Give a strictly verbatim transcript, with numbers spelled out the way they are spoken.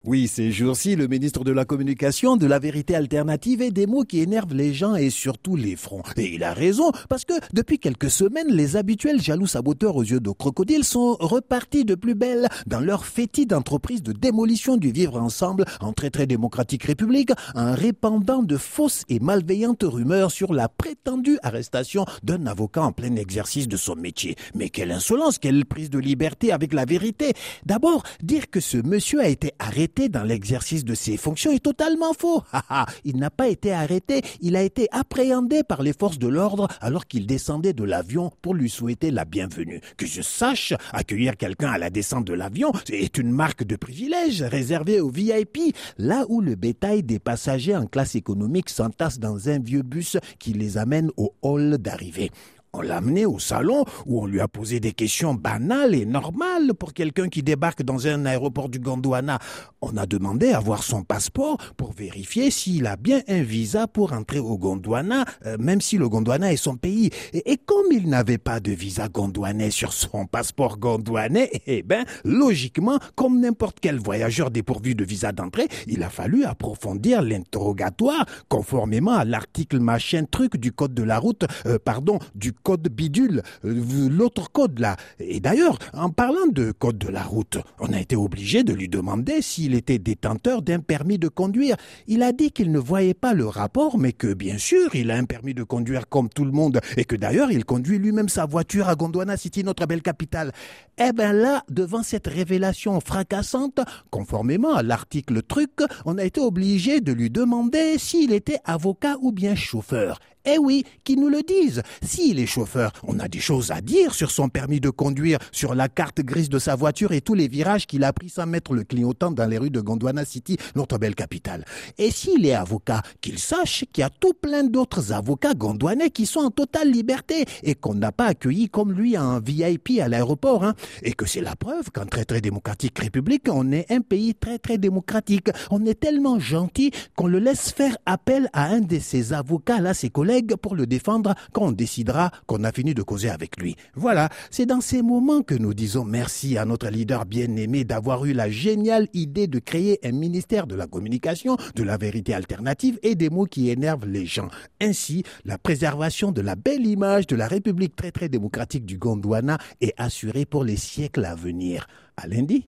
Oui, ces jours-ci, le ministre de la Communication, de la vérité alternative et des mots qui énervent les gens et surtout les fronts. Et il a raison, parce que depuis quelques semaines, les habituels jaloux saboteurs aux yeux de crocodile sont repartis de plus belle dans leur fétide entreprise de démolition du vivre ensemble en très très démocratique république, en répandant de fausses et malveillantes rumeurs sur la prétendue arrestation d'un avocat en plein exercice de son métier. Mais quelle insolence, quelle prise de liberté avec la vérité. D'abord, dire que ce monsieur a été arrêté dans l'exercice de ses fonctions est totalement faux. Il n'a pas été arrêté, il a été appréhendé par les forces de l'ordre alors qu'il descendait de l'avion pour lui souhaiter la bienvenue. Que je sache, accueillir quelqu'un à la descente de l'avion est une marque de privilège réservée aux V I P, là où le bétail des passagers en classe économique s'entasse dans un vieux bus qui les amène au hall d'arrivée. On l'a amené au salon où on lui a posé des questions banales et normales pour quelqu'un qui débarque dans un aéroport du Gondwana. On a demandé à voir son passeport pour vérifier s'il a bien un visa pour entrer au Gondwana, euh, même si le Gondwana est son pays. Et, et comme il n'avait pas de visa gondwanais sur son passeport gondwanais, eh ben, logiquement, comme n'importe quel voyageur dépourvu de visa d'entrée, il a fallu approfondir l'interrogatoire conformément à l'article machin truc du code de la route, euh, pardon, du code bidule, euh, l'autre code là. Et d'ailleurs, en parlant de code de la route, on a été obligé de lui demander s'il était détenteur d'un permis de conduire. Il a dit qu'il ne voyait pas le rapport, mais que bien sûr, il a un permis de conduire comme tout le monde et que d'ailleurs, il conduit lui-même sa voiture à Gondwana City, notre belle capitale. Eh ben là, devant cette révélation fracassante, conformément à l'article truc, on a été obligé de lui demander s'il était avocat ou bien chauffeur. Eh oui, qu'ils nous le disent. S'il est chauffeur, on a des choses à dire sur son permis de conduire, sur la carte grise de sa voiture et tous les virages qu'il a pris sans mettre le clignotant dans les rues de Gondwana City, notre belle capitale. Et s'il est avocat, qu'il sache qu'il y a tout plein d'autres avocats gondwanais qui sont en totale liberté et qu'on n'a pas accueillis comme lui en V I P à l'aéroport. Hein. Et que c'est la preuve qu'en très très démocratique république, on est un pays très très démocratique. On est tellement gentil qu'on le laisse faire appel à un de ses avocats, là, ses collègues, pour le défendre quand on décidera qu'on a fini de causer avec lui. Voilà, c'est dans ces moments que nous disons merci à notre leader bien-aimé d'avoir eu la géniale idée de créer un ministère de la communication, de la vérité alternative et des mots qui énervent les gens. Ainsi, la préservation de la belle image de la République très très démocratique du Gondwana est assurée pour les siècles à venir. À lundi.